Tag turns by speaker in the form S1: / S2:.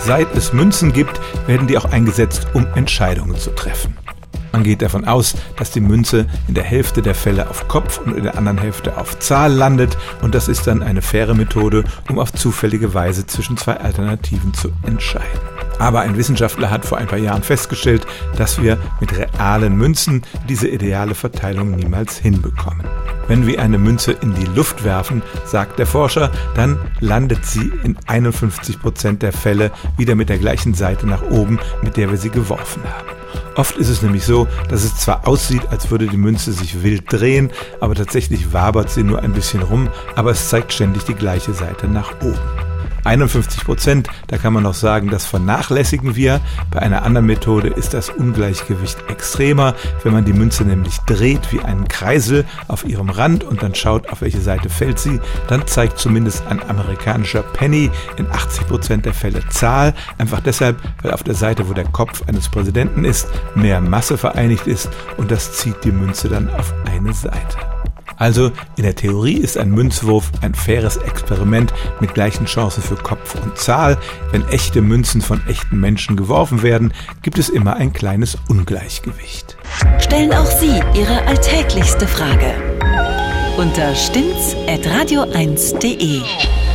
S1: Seit es Münzen gibt, werden die auch eingesetzt, um Entscheidungen zu treffen. Man geht davon aus, dass die Münze in der Hälfte der Fälle auf Kopf und in der anderen Hälfte auf Zahl landet und das ist dann eine faire Methode, um auf zufällige Weise zwischen zwei Alternativen zu entscheiden. Aber ein Wissenschaftler hat vor ein paar Jahren festgestellt, dass wir mit realen Münzen diese ideale Verteilung niemals hinbekommen. Wenn wir eine Münze in die Luft werfen, sagt der Forscher, dann landet sie in 51% der Fälle wieder mit der gleichen Seite nach oben, mit der wir sie geworfen haben. Oft ist es nämlich so, dass es zwar aussieht, als würde die Münze sich wild drehen, aber tatsächlich wabert sie nur ein bisschen rum, aber es zeigt ständig die gleiche Seite nach oben. 51%, da kann man noch sagen, das vernachlässigen wir. Bei einer anderen Methode ist das Ungleichgewicht extremer. Wenn man die Münze nämlich dreht wie einen Kreisel auf ihrem Rand und dann schaut, auf welche Seite fällt sie, dann zeigt zumindest ein amerikanischer Penny in 80% der Fälle Zahl. Einfach deshalb, weil auf der Seite, wo der Kopf eines Präsidenten ist, mehr Masse vereinigt ist und das zieht die Münze dann auf eine Seite. Also in der Theorie ist ein Münzwurf ein faires Experiment mit gleichen Chancen für Kopf und Zahl. Wenn echte Münzen von echten Menschen geworfen werden, gibt es immer ein kleines Ungleichgewicht.
S2: Stellen auch Sie Ihre alltäglichste Frage unter stimmt's@radio1.de.